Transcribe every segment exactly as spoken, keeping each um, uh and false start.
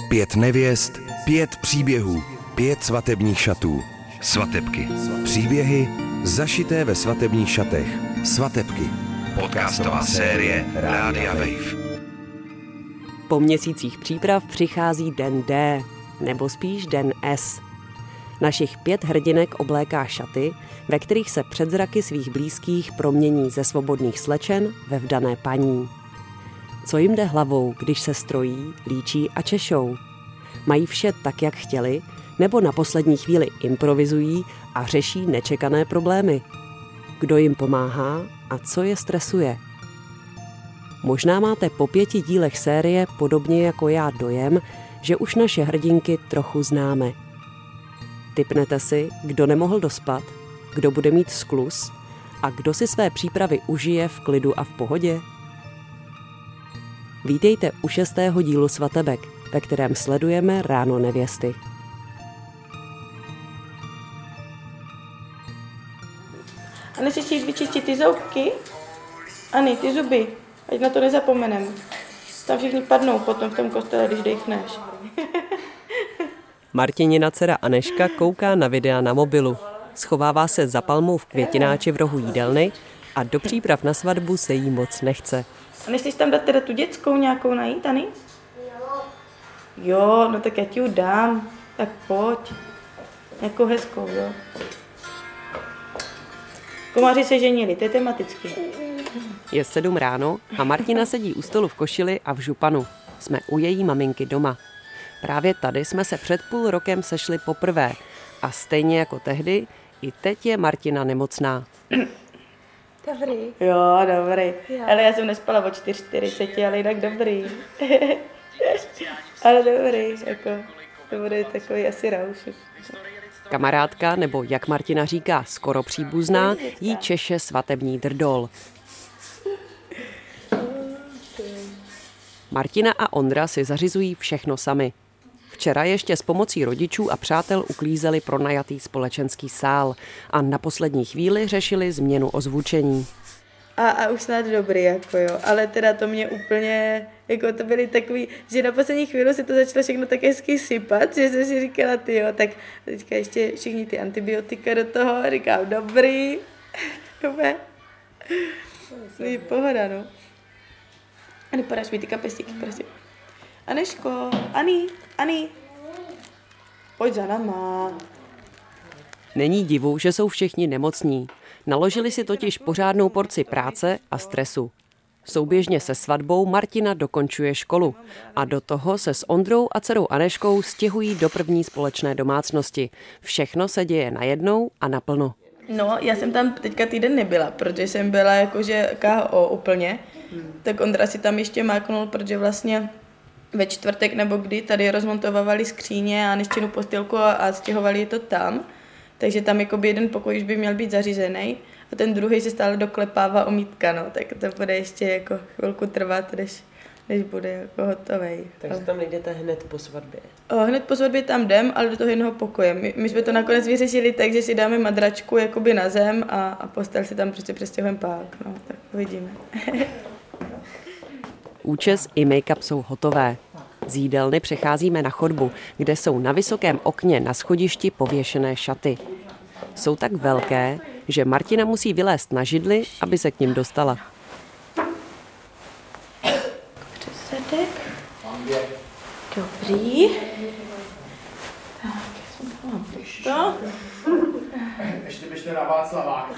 Pět nevěst, pět příběhů, pět svatebních šatů. Svatebky. Příběhy zašité ve svatebních šatech. Svatebky. Podcastová série Rádia Wave. Po měsících příprav přichází den D, nebo spíš den S. Našich pět hrdinek obléká šaty, ve kterých se před zraky svých blízkých promění ze svobodných slečen ve vdané paní. Co jim jde hlavou, když se strojí, líčí a češou? Mají vše tak, jak chtěli, nebo na poslední chvíli improvizují a řeší nečekané problémy? Kdo jim pomáhá a co je stresuje? Možná máte po pěti dílech série podobně jako já dojem, že už naše hrdinky trochu známe. Tipnete si, kdo nemohl dospat, kdo bude mít skluz a kdo si své přípravy užije v klidu a v pohodě? Vítejte u šestého dílu Svatebek, ve kterém sledujeme ráno nevěsty. A nechceš jít vyčistit ty zoubky? Ani ty zuby, ať na to nezapomenem. Tam všichni padnou potom v tom kostele, když dechneš. Martinina dcera Anežka kouká na videa na mobilu. Schovává se za palmou v květináči v rohu jídelny a do příprav na svatbu se jí moc nechce. A nechceš tam dát teda tu dětskou nějakou najít, Ani? Jo, no tak já ti ji dám. Tak pojď. Nějakou hezkou, jo. Komáři se ženili, to je tematicky. Je sedm ráno a Martina sedí u stolu v košili a v županu. Jsme u její maminky doma. Právě tady jsme se před půl rokem sešli poprvé a stejně jako tehdy, i teď je Martina nemocná. Dobrý. Jo, dobrý. Jo. Ale já jsem nespala o čtyři čtyřicet, ale jinak dobrý. Ale dobrý, jako, to bude takový asi raušek. Kamarádka, nebo jak Martina říká, skoro příbuzná, jí češe svatební drdol. Martina a Ondra si zařizují všechno sami. Včera ještě s pomocí rodičů a přátel uklízeli pronajatý společenský sál a na poslední chvíli řešili změnu ozvučení. A, a už snad dobrý, jako jo, ale teda to mě úplně, jako to byly takový, že na poslední chvíli se to začalo všechno tak hezky sypat, že jsem si říkala, ty jo, tak teďka ještě všichni ty antibiotika do toho, říkám, dobrý, dobré, je pohoda, no. Ani podáš mi ty kapestíky, prosím. Anežko, Ani, Ani, pojď za náma. Není divu, že jsou všichni nemocní. Naložili si totiž pořádnou porci práce a stresu. Souběžně se svatbou Martina dokončuje školu a do toho se s Ondrou a dcerou Anežkou stěhují do první společné domácnosti. Všechno se děje najednou a naplno. No, já jsem tam teďka týden nebyla, protože jsem byla jakože K O úplně, hmm. Tak Ondra si tam ještě máknul, protože vlastně ve čtvrtek nebo kdy tady rozmontovávali skříně a Anežčinu postýlku a, a stěhovali je to tam. Takže tam jakoby jeden pokoj už by měl být zařízený a ten druhý se stále doklepává omítka, no, tak to bude ještě jako chvilku trvat, než, než bude jako hotovej. Takže tam nejdete hned po svatbě? O, hned po svatbě tam jdem, ale do toho jednoho pokoje. My, my jsme to nakonec vyřešili tak, že si dáme madračku jakoby na zem a, a postel si tam prostě přestěhujeme pák, no, tak uvidíme. Účes i make-up jsou hotové. Z jídelny přecházíme na chodbu, kde jsou na vysokém okně na schodišti pověšené šaty. Jsou tak velké, že Martina musí vylézt na židli, aby se k nim dostala. Přesedek. Dobrý. Tak, já jsem tam to. Ještě běžte na Václavák.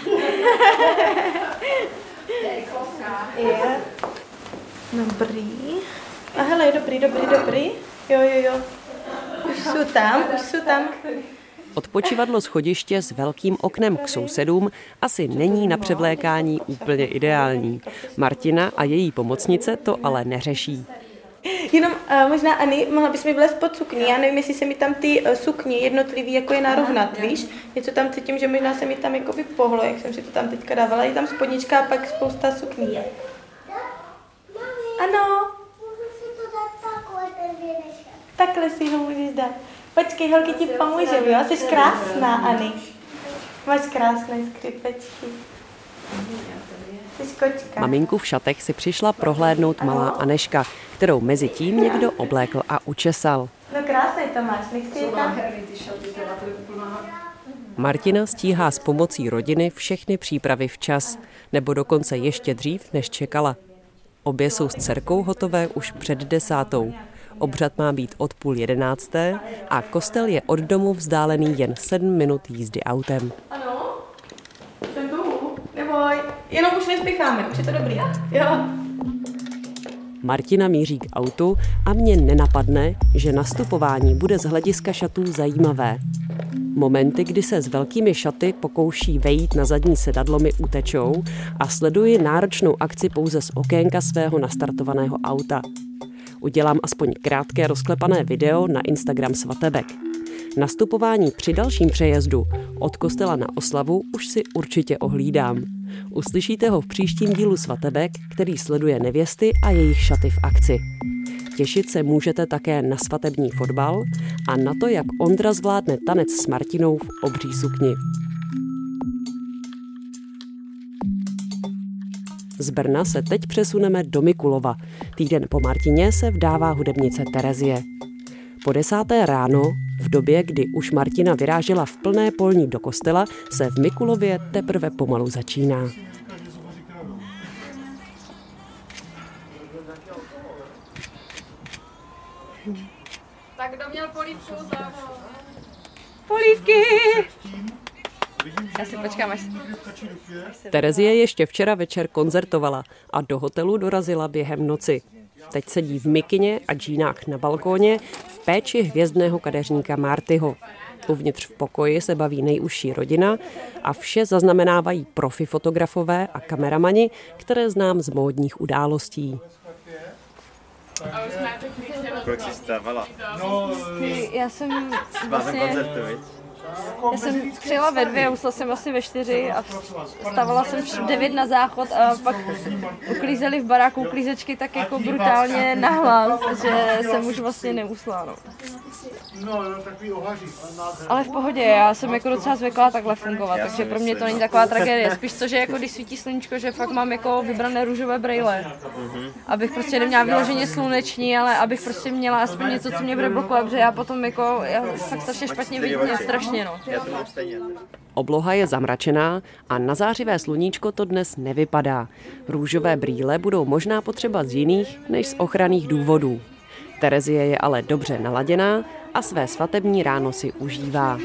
Je. Dobrý. A hele, dobrý, dobrý, dobrý. Jo, jo, jo. Už jsou tam, už jsou tam. Odpočívadlo schodiště s velkým oknem k sousedům asi není na převlékání úplně ideální. Martina a její pomocnice to ale neřeší. Jenom uh, možná, Ani, mohla bys mi vlézt pod sukni. Já nevím, jestli se mi tam ty uh, sukně jednotlivý jako je narovnat, víš? Něco tam cítím, že možná se mi tam jakoby pohlo, jak jsem si to tam teďka dávala. Je tam spodnička a pak spousta sukní. Ano. Takhle si ho můžeš dát. Počkej, holky ti pomůžou, jo? Jsi krásná, Ani. Máš krásné skřipečky. Jsi kočka. Maminku v šatech si přišla prohlédnout malá Anežka, kterou mezi tím někdo oblékl a učesal. krásný to máš, nechci je tam. Martina stíhá s pomocí rodiny všechny přípravy včas, nebo dokonce ještě dřív, než čekala. Obě jsou s dcerkou hotové už před desátou. Obřad má být od půl jedenácté a kostel je od domu vzdálený jen sedm minut jízdy autem. Ano, jsem tu, neboj, jenom už nespěcháme, už je to dobrý, jo. Martina míří k autu a mě nenapadne, že nastupování bude z hlediska šatů zajímavé. Momenty, kdy se s velkými šaty pokouší vejít na zadní sedadlo, mi utečou a sleduji náročnou akci pouze z okénka svého nastartovaného auta. Udělám aspoň krátké rozklepané video na Instagram Svatebek. Nastupování při dalším přejezdu od kostela na oslavu už si určitě ohlídám. Uslyšíte ho v příštím dílu Svatebek, který sleduje nevěsty a jejich šaty v akci. Těšit se můžete také na svatební fotbal a na to, jak Ondra zvládne tanec s Martinou v obří sukni. Z Brna se teď přesuneme do Mikulova. Týden po Martině se vdává hudebnice Terezie. Po desáté ráno, v době, kdy už Martina vyrážela v plné polní do kostela, se v Mikulově teprve pomalu začíná. Tak kdo měl polívku, tak... Polívky! Já si počkám, až... Terezie ještě včera večer koncertovala a do hotelu dorazila během noci. Teď sedí v mikině a džínách na balkóně v péči hvězdného kadeřníka Martyho. Uvnitř v pokoji se baví nejužší rodina a vše zaznamenávají profi fotografové a kameramani, které znám z módních událostí. Kolik jsi stávala? Já jsem Vlastně... koncertu, viď? Já jsem přijela ve dvě, usla jsem asi ve čtyři a stávala jsem v devět na záchod a pak uklízeli v baráku uklízečky tak jako brutálně nahlas, že jsem už vlastně neusla. No. Ale v pohodě, já jsem jako docela zvyklá takhle fungovat, takže pro mě to není taková tragédie. Spíš to, že jako když svítí sluníčko, že fakt mám jako vybrané růžové brejle. Abych prostě neměla vyloženě sluneční, ale abych prostě měla aspoň něco, co mě bude blokovat, protože já potom jako, já fakt strašně špatně vidím, strašně no. Obloha je zamračená a na zářivé sluníčko to dnes nevypadá. Růžové brýle budou možná potřeba z jiných než z ochranných důvodů. Terezie je ale dobře naladěná a své svatební ráno si užívá.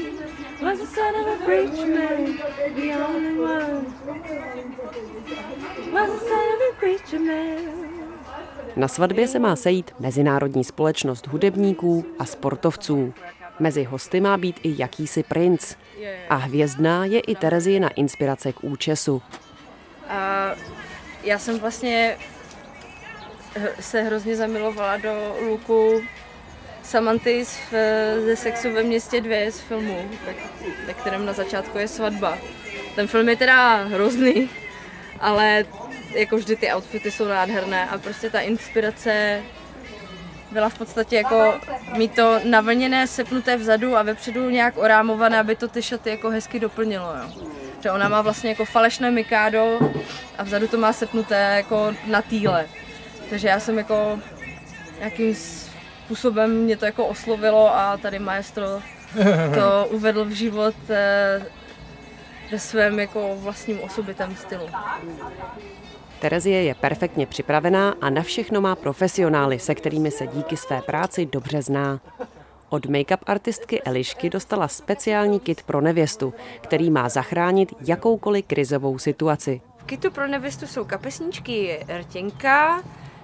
Na svatbě se má sejít mezinárodní společnost hudebníků a sportovců. Mezi hosty má být i jakýsi princ. A hvězdná je i Terezina inspirace k účesu. A já jsem vlastně se hrozně zamilovala do looku Samanty ze Sexu ve městě dva z filmu, ve kterém na začátku je svatba. Ten film je teda hrozný, ale jako vždy ty outfity jsou nádherné a prostě ta inspirace byla v podstatě jako mít to navlněné, sepnuté vzadu a vepředu nějak orámované, aby to ty šaty jako hezky doplnilo. Jo. Že ona má vlastně jako falešné mikádo a vzadu to má sepnuté jako na týle. Takže já jsem jako nějakým způsobem mě to jako oslovilo a tady maestro to uvedl v život ve svém jako vlastním osobitém stylu. Terezie je perfektně připravená a na všechno má profesionály, se kterými se díky své práci dobře zná. Od make-up artistky Elišky dostala speciální kit pro nevěstu, který má zachránit jakoukoliv krizovou situaci. V kitu pro nevěstu jsou kapesníčky, rtěnka, uh,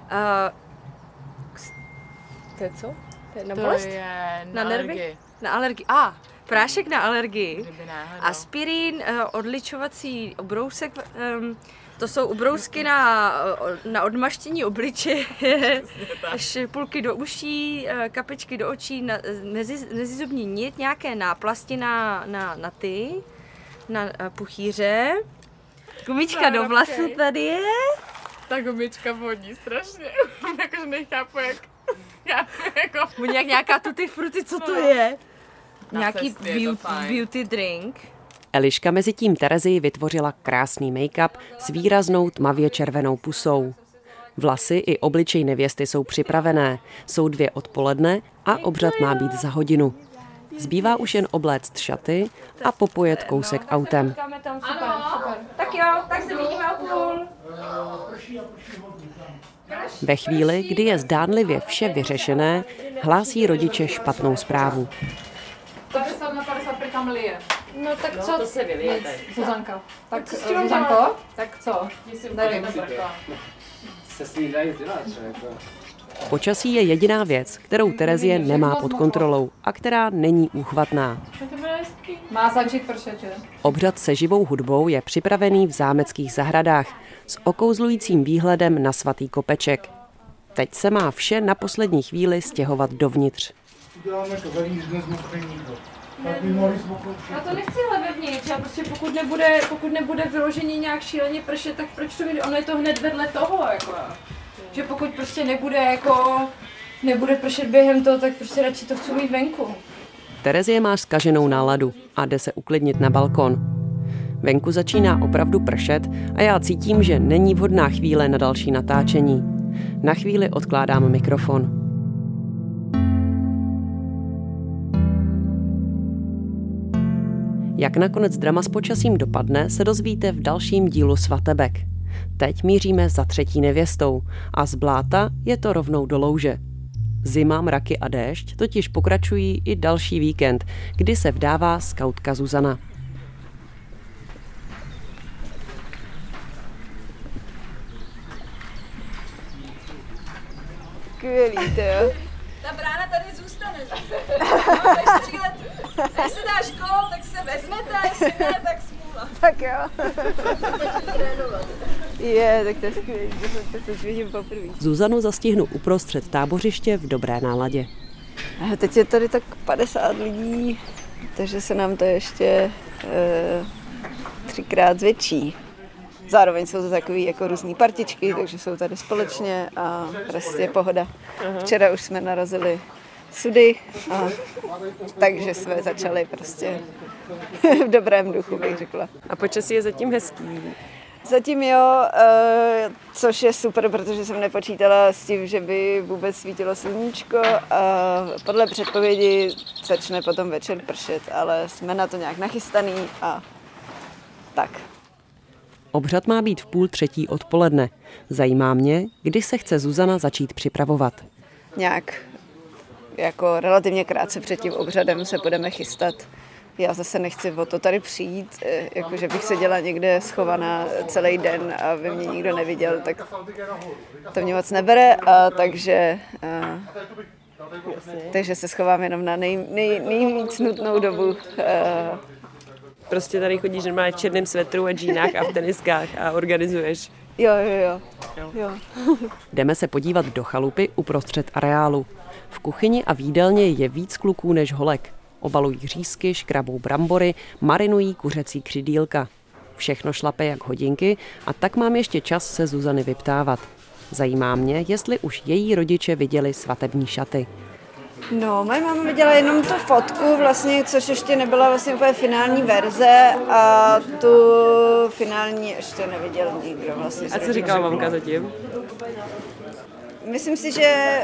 to je co? To je na bolest? To je na, na nervy? alergii. Na alergii. A, ah, prášek na alergii. Aspirín, uh, odličovací obrousek, um, to jsou ubrousky na, na odmaštění obličeje, špulky do uší, kapičky do očí, mezizubní nit, nějaké náplasti na, na, na ty, na puchýře. Gumička do vlasů tady je. Ta gumička vodí strašně, jakože nechápu jak, jako... Nějak, nějaká tutti frutti, co to je? Na Nějaký cestě, beauty, beauty drink. Eliška mezi tím Terezii vytvořila krásný make-up s výraznou tmavě červenou pusou. Vlasy i obličej nevěsty jsou připravené. Jsou dvě odpoledne a obřad má být za hodinu. Zbývá už jen obléct šaty a popojet kousek autem. Tak jo, tak se vidíme o půl. Ve chvíli, kdy je zdánlivě vše vyřešené, hlásí rodiče špatnou zprávu. padesát na padesát tam lije. No tak co? To se vylije. Zuzanka. Tak Co s co, tím Zuzanko? Tak co? Nevím. Se s ní dají dělat, jako. Počasí je jediná věc, kterou Terezie nemá pod kontrolou a která není úchvatná. Má začít pršet, že? Obřad se živou hudbou je připravený v zámeckých zahradách s okouzlujícím výhledem na svatý kopeček. Teď se má vše na poslední chvíli stěhovat dovnitř. Uděláme to, velí dnes mokrení. Tak by mohli smoknout. Já to nechci ale vevnitř, já prostě pokud nebude, pokud nebude vyložení nějak šíleně pršet, tak proč to vidět? Ono je to hned vedle toho, jako. Že pokud prostě nebude jako, nebude pršet během toho, tak prostě radši to chci mít venku. Terezie má zkaženou náladu a jde se uklidnit na balkon. Venku začíná opravdu pršet a já cítím, že není vhodná chvíle na další natáčení. Na chvíli odkládám mikrofon. Jak nakonec drama s počasím dopadne, se dozvíte v dalším dílu Svatebek. Teď míříme za třetí nevěstou a z bláta je to rovnou do louže. Zima, mraky a déšť totiž pokračují i další víkend, kdy se vdává skautka Zuzana. Skvělý, to jo. Ta brána tady zůstane zase. Máš tři lety. Když se dáš kolo, tak se vezmete, jestli ne, tak smůla. Tak jo. Je, tak to je skvělý, to se vidím poprvé. Zuzanu zastihnu uprostřed tábořiště v dobré náladě. A teď je tady tak padesát lidí, takže se nám to ještě e, třikrát zvětší. Zároveň jsou to takový jako různý partičky, takže jsou tady společně a prostě pohoda. Včera už jsme narazili sudy, a, takže jsme začali prostě v dobrém duchu, bych řekla. A počasí je zatím hezký. Zatím jo, e, což je super, protože jsem nepočítala s tím, že by vůbec svítilo sluníčko a podle předpovědi začne potom večer pršet, ale jsme na to nějak nachystaný a tak. Obřad má být v půl třetí odpoledne. Zajímá mě, kdy se chce Zuzana začít připravovat. Nějak jako relativně krátce před tím obřadem se budeme chystat. Já zase nechci o to tady přijít, jakože bych seděla někde schovaná celý den a by mě nikdo neviděl, tak to mě moc nebere, a takže, a, takže se schovám jenom na nej, nej, nejvíc nutnou dobu. A, Prostě tady chodíš normálně v černém svetru a džínách a v teniskách a organizuješ. Jo, jo, jo. jo. Jdeme se podívat do chalupy uprostřed areálu. V kuchyni a v jídelně je víc kluků než holek. Obalují řízky, škrabou brambory, marinují kuřecí křidýlka. Všechno šlape jak hodinky a tak mám ještě čas se Zuzany vyptávat. Zajímá mě, jestli už její rodiče viděli svatební šaty. No, moje máma viděla jenom tu fotku, vlastně, což ještě nebyla vlastně úplně finální verze a tu finální ještě neviděl nikdo. Vlastně, a co říkala mamka zatím? Myslím si, že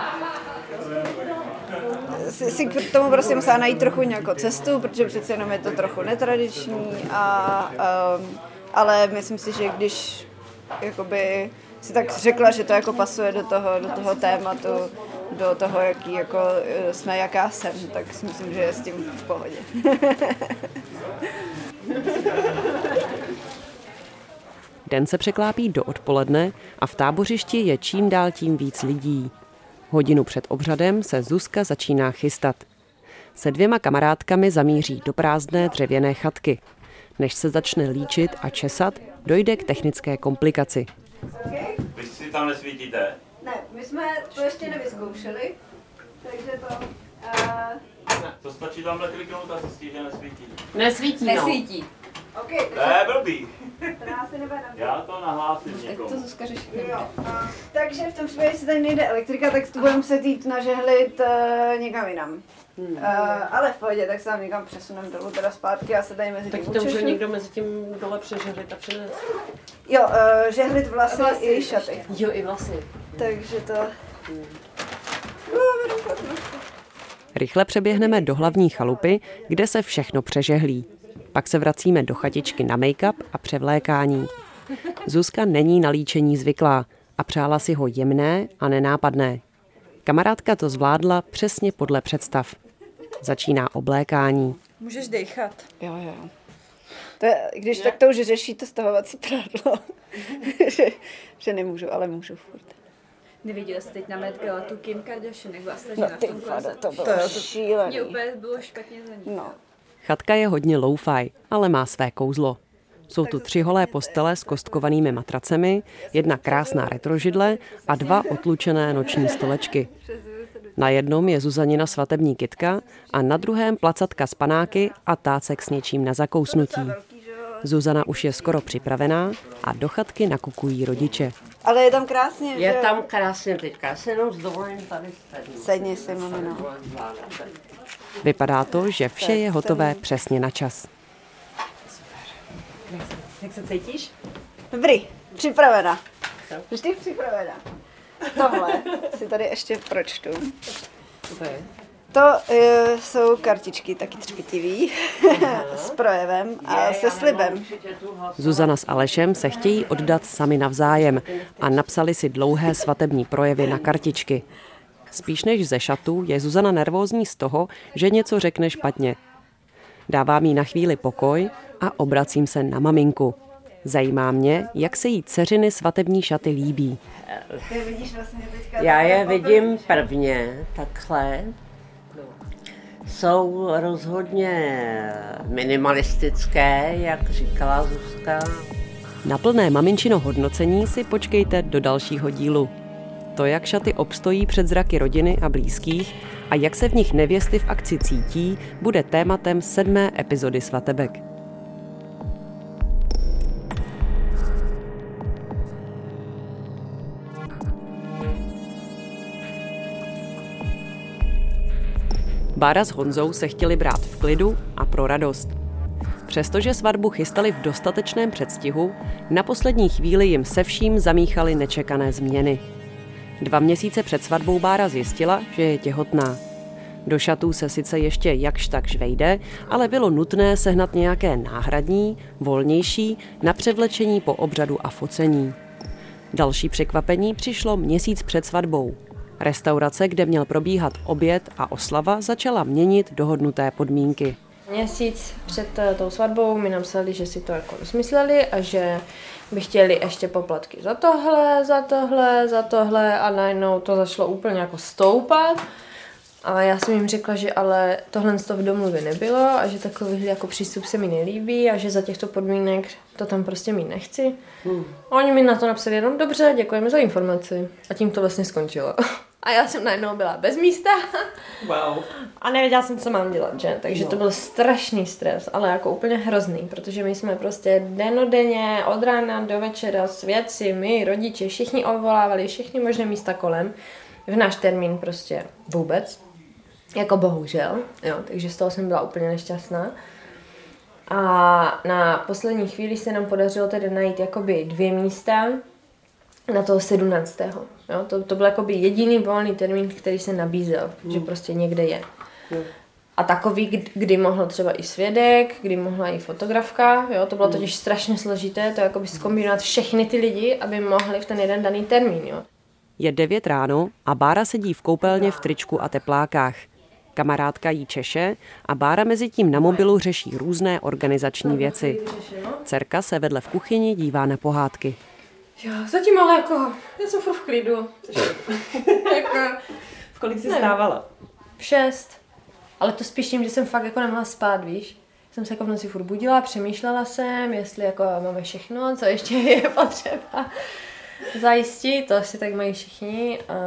si, si k tomu prostě musela najít trochu nějakou cestu, protože přece jenom je to trochu netradiční, a, um, ale myslím si, že když jakoby si tak řekla, že to jako pasuje do toho, do toho tématu, do toho, jaký jako jsme, jaká jsem, tak si myslím, že je s tím v pohodě. Den se překlápí do odpoledne a v tábořišti je čím dál tím víc lidí. Hodinu před obřadem se Zuzka začíná chystat. Se dvěma kamarádkami zamíří do prázdné dřevěné chatky. Než se začne líčit a česat, dojde k technické komplikaci. Vy si tam nesvítíte? Ne, my jsme to ještě nevyzkoušeli, takže to... Uh... To stačí tamhle kliknout a zjistit, že nesvítí. Nesvítí, no. Nesvítí. Okay, To je blbý. to nás se nebere. Já to nahlásím Tak někomu. to Zuzka řeší. Jo. A, takže v tom případě, jestli tady nejde elektrika, tak to budeme muset jít nažehlit uh, někam jinam. Hmm. Uh, ale v pohodě, tak se tam někam přesuneme dolů teda zpátky a se tady mezi tím Tak to může učešu. někdo mezi tím dole přežehlit a přinést. Jo, uh, žehlit vlasy, Vlasy i šaty. Jo, i vlasy. Takže to... Rychle přeběhneme do hlavní chalupy, kde se všechno přežehlí. Pak se vracíme do chatičky na make-up a převlékání. Zuzka není na líčení zvyklá a přála si ho jemné a nenápadné. Kamarádka to zvládla přesně podle představ. Začíná oblékání. Můžeš dechat. Jo, jo. To je, když tak to už řeší to stahovací prádlo. že, že nemůžu, ale můžu furt. Neviděla jsi teď na Met Gala tu Kim Kardashian, jak byla No stažena v ty tom vado, koncertu. to bylo To jo, to- šílený. Mně úplně bylo špatně za ní. No. Chatka je hodně low-fi, ale má své kouzlo. Jsou tu tři holé postele s kostkovanými matracemi, jedna krásná retrožidle a dva otlučené noční stolečky. Na jednom je Zuzanina svatební kytka a na druhém placatka z panáky a tácek s něčím na zakousnutí. Zuzana už je skoro připravená a do chatky nakukují rodiče. Ale je tam krásně, Je že? tam krásně teďka, se jenom s dovolením tady sednu. Sedni si, mamino. Vypadá to, že vše je hotové přesně na čas. Jak se cítíš? Dobrý, připravena. Vždy připravena. Tohle si tady ještě pročtu. To je. To uh, jsou kartičky taky třpitivý, s projevem a se slibem. Zuzana s Alešem se chtějí oddat sami navzájem a napsali si dlouhé svatební projevy na kartičky. Spíš než ze šatů je Zuzana nervózní z toho, že něco řekne špatně. Dávám jí na chvíli pokoj a obracím se na maminku. Zajímá mě, jak se jí dceřiny svatební šaty líbí. Ty vidíš vlastně teďka... Já je vidím prvně, takhle. Jsou rozhodně minimalistické, jak říkala Zuzka. Na plné maminčino hodnocení si počkejte do dalšího dílu. To, jak šaty obstojí před zraky rodiny a blízkých a jak se v nich nevěsty v akci cítí, bude tématem sedmé epizody Svatebek. Bára s Honzou se chtěli brát v klidu a pro radost. Přestože svatbu chystali v dostatečném předstihu, na poslední chvíli jim se vším zamíchaly nečekané změny. Dva měsíce před svatbou Bára zjistila, že je těhotná. Do šatů se sice ještě jakž takž vejde, ale bylo nutné sehnat nějaké náhradní, volnější, na převlečení po obřadu a focení. Další překvapení přišlo měsíc před svatbou. Restaurace, kde měl probíhat oběd a oslava, začala měnit dohodnuté podmínky. Měsíc před tou svatbou mi napsali, že si to jako rozmysleli a že by chtěli ještě poplatky za tohle, za tohle, za tohle a najednou to začalo úplně jako stoupat. A já jsem jim řekla, že ale tohle z toho v domluvě nebylo a že takový jako přístup se mi nelíbí a že za těchto podmínek to tam prostě mít nechci. Hmm. A oni mi na to napsali jenom dobře, děkujeme za informaci. A tím to vlastně skončilo. A já jsem najednou byla bez místa. Wow. A nevěděla jsem, co mám dělat, že? Takže no. To byl strašný stres, ale jako úplně hrozný, protože my jsme prostě denodenně od rána do večera svědci, my, rodiče, všichni odvolávali, všechny možné místa kolem. V náš termín prostě vůbec. Jako bohužel, jo, takže z toho jsem byla úplně nešťastná. A na poslední chvíli se nám podařilo tedy najít jakoby dvě místa na toho sedmnáctého Jo, to, to byl jakoby jediný volný termín, který se nabízel, mm. že prostě někde je. Mm. A takový, kdy mohl třeba i svědek, kdy mohla i fotografka, jo, to bylo mm. totiž strašně složité, to jakoby zkombinovat všechny ty lidi, aby mohli v ten jeden daný termín, jo. Je devět ráno a Bára sedí v koupelně v tričku a teplákách. Kamarádka jí češe a Bára mezi tím na mobilu řeší různé organizační věci. Dcerka se vedle v kuchyni dívá na pohádky. Jo, zatím ale jako, já jsem furt v klidu. jako, v kolik jsi stávala? V šest. Ale to spíš tím, že jsem fakt jako nemohla spát, víš. Jsem se jako v noci furt budila, přemýšlela jsem, jestli jako máme všechno, co ještě je potřeba zajistit, to asi tak mají všichni. A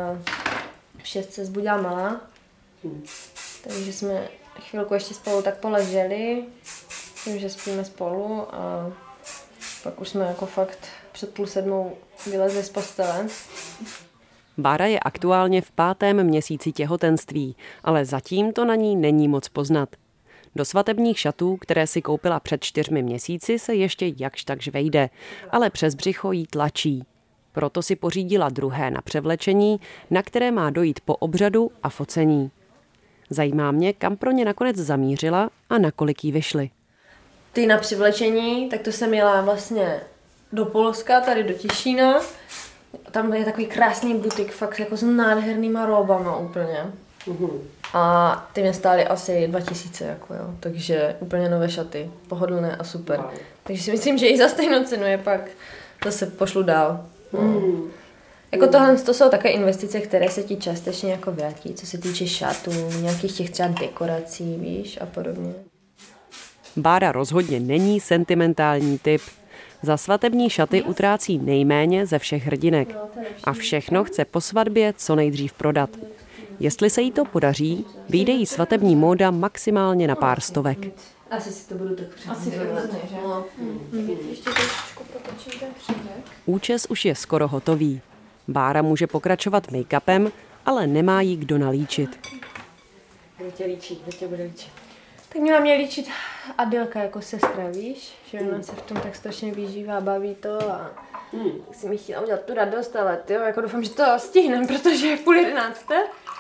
v šest se zbudila malá, takže jsme chvilku ještě spolu tak poleželi tím, že spíme spolu a pak už jsme jako fakt před půl sedmou vylezli z postele. Bára je aktuálně v pátém měsíci těhotenství, ale zatím to na ní není moc poznat. Do svatebních šatů, které si koupila před čtyřmi měsíci, se ještě jakž takž vejde, ale přes břicho jí tlačí. Proto si pořídila druhé na převlečení, na které má dojít po obřadu a focení. Zajímá mě, kam pro ně nakonec zamířila a na kolik jí vyšly. Ty na převlečení, tak to jsem jela vlastně do Polska, tady do Těšína. Tam je takový krásný butik, fakt jako s nádhernýma róbama úplně. Uhum. A ty mě stály asi dva tisíce, jako jo. Takže úplně nové šaty, pohodlné a super. Wow. Takže si myslím, že i za stejnou cenu je pak zase pošlu dál. No. Mm. Jako tohle to jsou také investice, které se ti částečně jako vrátí, co se týče šatů, nějakých těch třeba dekorací, víš, a podobně. Bára rozhodně není sentimentální typ. Za svatební šaty utrácí nejméně ze všech hrdinek. A všechno chce po svatbě co nejdřív prodat. Jestli se jí to podaří, vyjde jí svatební móda maximálně na pár stovek. Asi si to budu tak přijít. Asi hrozně, že? No. Mm. Ještě trošičku potočím ten křídek. Účes už je skoro hotový. Bára může pokračovat make-upem, ale nemá jí kdo nalíčit. Kdo tě líčí? Kdo tě bude líčit? Tak měla mě líčit Adélka jako sestra, víš? Že ona mm. se v tom tak strašně vyžívá, baví to a mm. si mi chtěla udělat tu radost, ale tyjo, jako doufám, že to stihnem, protože je půl jedenácté.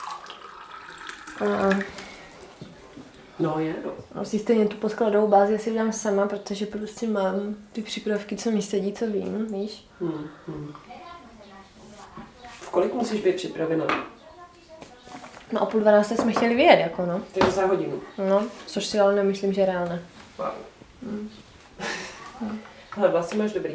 A... No je, no. A si stejně tu podkladovou bázi asi udělám sama, protože prostě mám ty přípravky, co mi sedí, co vím, víš? Hmm, hmm. V kolik musíš být připravená? No o půl dvanácté jsme chtěli vyjet, jako no. Takže za hodinu. No, což si ale nemyslím, že je reálné. Wow. Hmm. Hmm. Ale vlasy máš dobrý.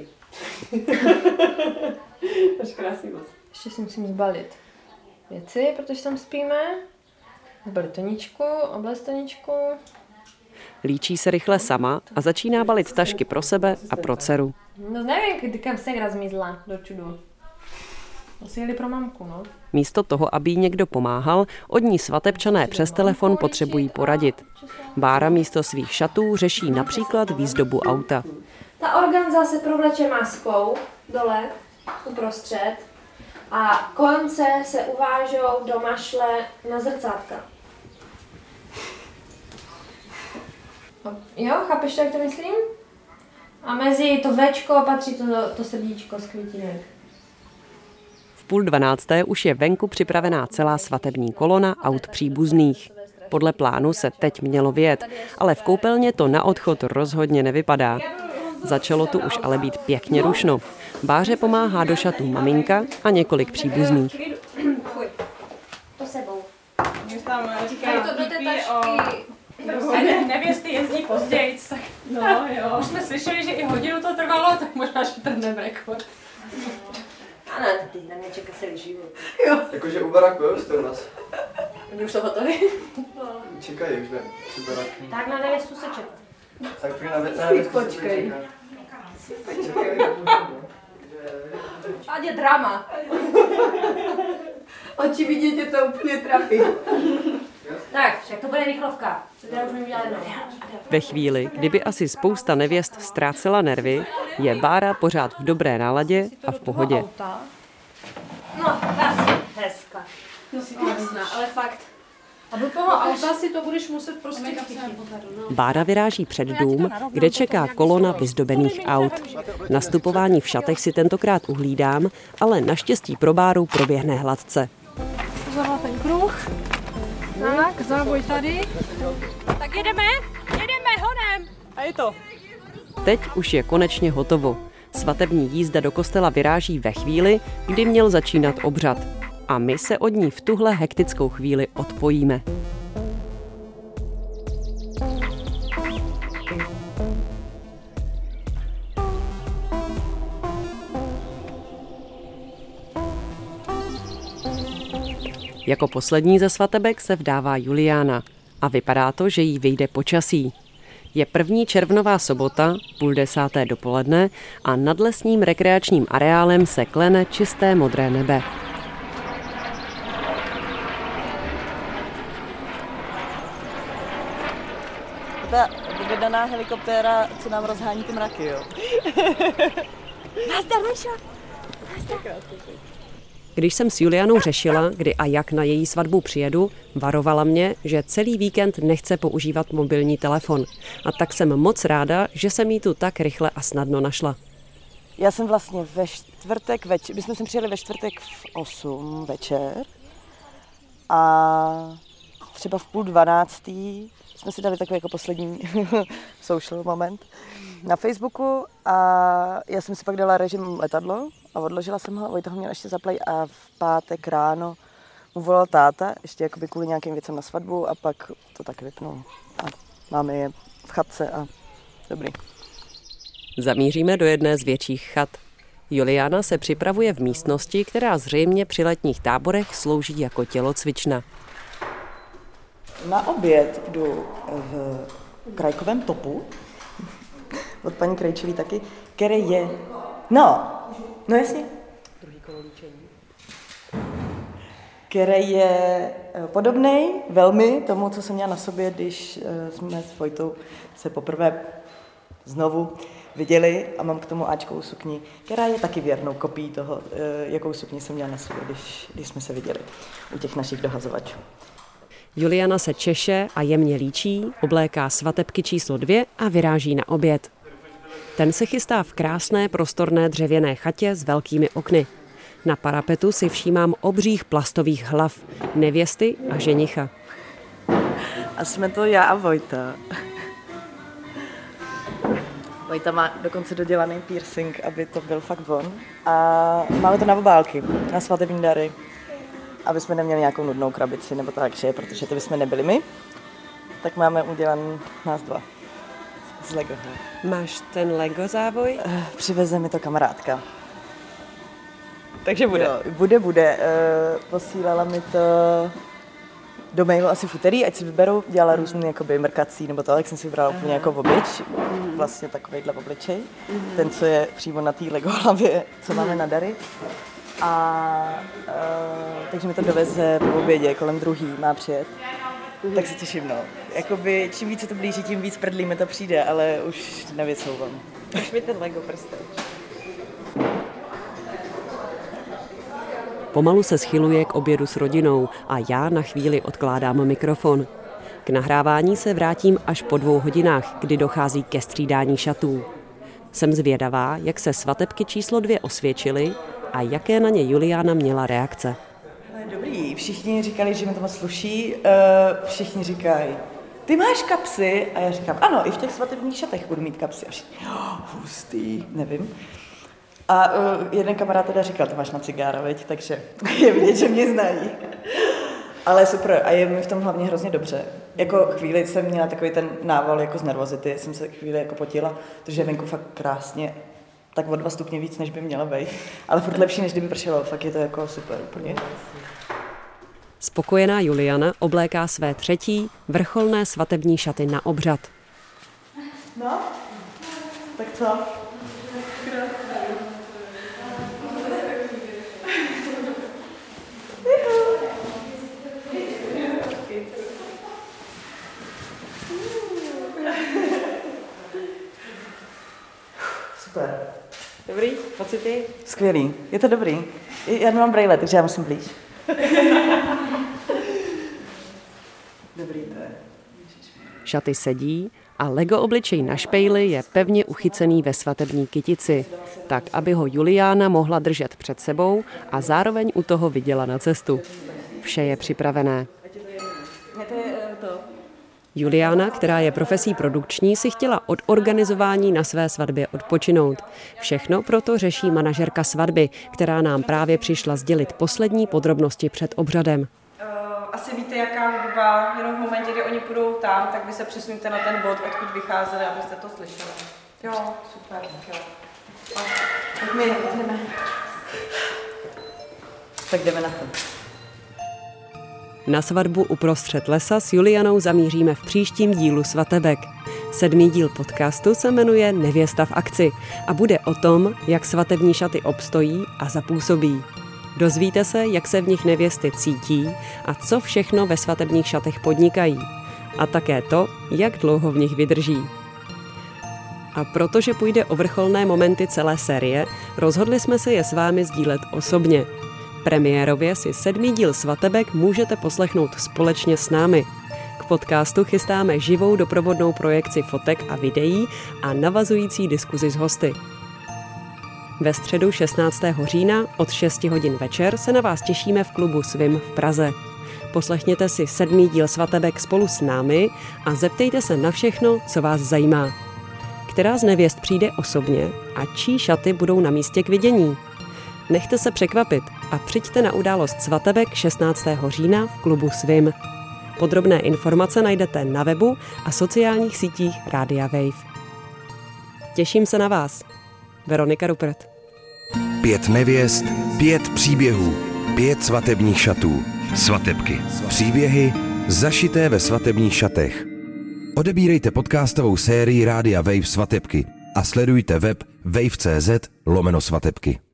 Máš krásný vlas. Ještě si musím zbalit věci, protože tam spíme. Zbalit toničku, oblast toničku. Líčí se rychle sama a začíná balit tašky pro sebe a pro dceru. No nevím, kdy kam segra zmizla do čudu. Asi jeli pro mamku, no. Místo toho, aby jí někdo pomáhal, od ní svatebčané přes telefon potřebují poradit. Bára místo svých šatů řeší například výzdobu auta. Ta organza se provleče maskou dole, uprostřed a konce se uvážou do mašle na zrcátka. Jo, chápeš, jak to myslím? A mezi to Včko patří to, to srdíčko z květinek. V půl dvanácté už je venku připravená celá svatební kolona aut příbuzných. Podle plánu se teď mělo vyjet, ale v koupelně to na odchod rozhodně nevypadá. Začalo tu už ale být pěkně rušno. Báře pomáhá do šatů maminka a několik příbuzných. To sebou. Mě tam říkají to do té tašky. Ne, nevěsty jezdí později, tak no jo. Už jsme slyšeli, že i hodinu to trvalo, tak možná, že trhneme rekord. Ano, ty na mě čeká celý život. Jo. Jakože u baráku, jo, jste u nás. Oni už jsou hotovi. Čekají už, ne? Při baráku. Tak na nevěstu se čeká. Tak prý na nevěstu se počkej. Ať je drama. Oči vidět je to úplně trapí. Tak, však to bude rychlovka. Co teda už mi udělali jednou. Ve chvíli, kdyby asi spousta nevěst ztrácela nervy, je Bára pořád v dobré náladě a v pohodě. No, asi hezka. No si to jasná, ale fakt. A do toho auta si to budeš muset prostě chytit. Bára vyráží před dům, kde čeká kolona vyzdobených aut. Nastupování v šatech si tentokrát uhlídám, ale naštěstí pro Báru proběhne hladce. Zavá ten kruh. Tak, závoj tady. Tak jedeme, jedeme honem. A je to. Teď už je konečně hotovo. Svatební jízda do kostela vyráží ve chvíli, kdy měl začínat obřad. A my se od ní v tuhle hektickou chvíli odpojíme. Jako poslední ze svatebek se vdává Juliána a vypadá to, že jí vyjde počasí. Je první červnová sobota, půl desáté dopoledne a nad lesním rekreačním areálem se klene čisté modré nebe. ta vydaná helikoptéra, co nám rozhání ty mraky, jo. Nazdar, Nejša! Když jsem s Julianou řešila, kdy a jak na její svatbu přijedu, varovala mě, že celý víkend nechce používat mobilní telefon. A tak jsem moc ráda, že jsem jí tu tak rychle a snadno našla. Já jsem vlastně ve čtvrtek večer, my jsme sem přijeli ve čtvrtek v osm večer a třeba v půl dvanáctý jsme si dali takový jako poslední social moment na Facebooku a já jsem si pak dala režim letadlo a odložila jsem ho, Vojta ho měl ještě zaplay a v pátek ráno mu volal táta, ještě jakoby kvůli nějakým věcem na svatbu a pak to tak vypnul a máme je v chatce a dobrý. Zamíříme do jedné z větších chat. Juliana se připravuje v místnosti, která zřejmě při letních táborech slouží jako tělocvična. Na oběd jdu v krajkovém topu od paní Krejčový taky, který je, no, no jasně, druhý kolo líčení, který je podobnej velmi tomu, co jsem měla na sobě, když jsme s Vojtou se poprvé znovu viděli a mám k tomu áčkovou sukni, která je taky věrnou kopií toho, jakou sukni jsem měla na sobě, když, když jsme se viděli u těch našich dohazovačů. Juliana se češe a jemně líčí, obléká svatebky číslo dvě a vyráží na oběd. Ten se chystá v krásné prostorné dřevěné chatě s velkými okny. Na parapetu si všímám obřích plastových hlav, nevěsty a ženicha. A jsme to já a Vojta. Vojta má dokonce dodělaný piercing, aby to byl fakt on. A máme to na obálky, na svatební dary. Aby jsme neměli nějakou nudnou krabici nebo tak, že, protože to bychom nebyli my, tak máme udělaný nás dva z Lego. Máš ten Lego závoj? Přiveze mi to kamarádka. Takže bude? Jo, bude, bude. Posílala mi to do mailu asi v úterý, ať si vyberu, dělala různý jakoby mrkací nebo to, tak jsem si vybrala úplně jako v oblič, vlastně takovejhle obličej, ten, co je přímo na té Lego hlavě, co máme na dary. A uh, takže mi to doveze po obědě, kolem druhý má přijet. Mm. Tak se těším, no. Jakoby, čím víc se to blíží, tím víc prdlí mi to přijde, ale už nevycouvám. Už mi ten Lego prstej. Pomalu se schyluje k obědu s rodinou a já na chvíli odkládám mikrofon. K nahrávání se vrátím až po dvou hodinách, kdy dochází ke střídání šatů. Jsem zvědavá, jak se svatebky číslo dvě osvědčily a jaké na ně Juliana měla reakce. Dobrý, všichni říkali, že mi to moc sluší, všichni říkají, ty máš kapsy? A já říkám, ano, i v těch svatebních šatech budu mít kapsy. A všichni, oh, hustý, nevím. A jeden kamarád teda říkal, to máš na cigára, veď? Takže je vidět, že mě znají. Ale super, a je mi v tom hlavně hrozně dobře. Jako chvíli jsem měla takový ten nával jako z nervozity, jsem se chvíli jako potila, protože je venku fakt krásně, tak o dva stupně víc, než by mělo být. Ale furt lepší, než kdyby pršelo, fakt je to jako super úplně. Spokojená Juliana obléká své třetí vrcholné svatební šaty na obřad. No, tak co? Super. Dobrý? Pocity? Skvělý. Je to dobrý. Já nemám brejle, takže já musím blíž. Dobrý to je. Šaty sedí a Lego obličej na špejli je pevně uchycený ve svatební kytici, tak aby ho Juliana mohla držet před sebou a zároveň u toho viděla na cestu. Vše je připravené. Juliana, která je profesí produkční, si chtěla od organizování na své svatbě odpočinout. Všechno proto řeší manažerka svatby, která nám právě přišla sdělit poslední podrobnosti před obřadem. Uh, asi víte, jaká hudba, jenom v momentě, kdy oni půjdou tam, tak vy se přesuňte na ten bod, odkud vycházeli, abyste to slyšeli. Jo, super, jo. A, tak my jdeme. Tak jdeme na to. Na svatbu uprostřed lesa s Julianou zamíříme v příštím dílu Svatebek. Sedmý díl podcastu se jmenuje Nevěsta v akci a bude o tom, jak svatební šaty obstojí a zapůsobí. Dozvíte se, jak se v nich nevěsty cítí a co všechno ve svatebních šatech podnikají. A také to, jak dlouho v nich vydrží. A protože půjde o vrcholné momenty celé série, rozhodli jsme se je s vámi sdílet osobně. Premiérově si sedmý díl Svatebek můžete poslechnout společně s námi. K podcastu chystáme živou doprovodnou projekci fotek a videí a navazující diskuzi s hosty. Ve středu šestnáctého října od šesti hodin večer se na vás těšíme v klubu Svim v Praze. Poslechněte si sedmý díl Svatebek spolu s námi a zeptejte se na všechno, co vás zajímá. Která z nevěst přijde osobně a čí šaty budou na místě k vidění? Nechte se překvapit a přijďte na událost Svatebek šestnáctého října v klubu Svim. Podrobné informace najdete na webu a sociálních sítích Rádia Wave. Těším se na vás. Veronika Rupert. Pět nevěst, pět příběhů, pět svatebních šatů. Svatebky. Příběhy zašité ve svatebních šatech. Odebírejte podcastovou sérii Rádia Wave Svatebky a sledujte web wave tečka cz lomeno svatebky.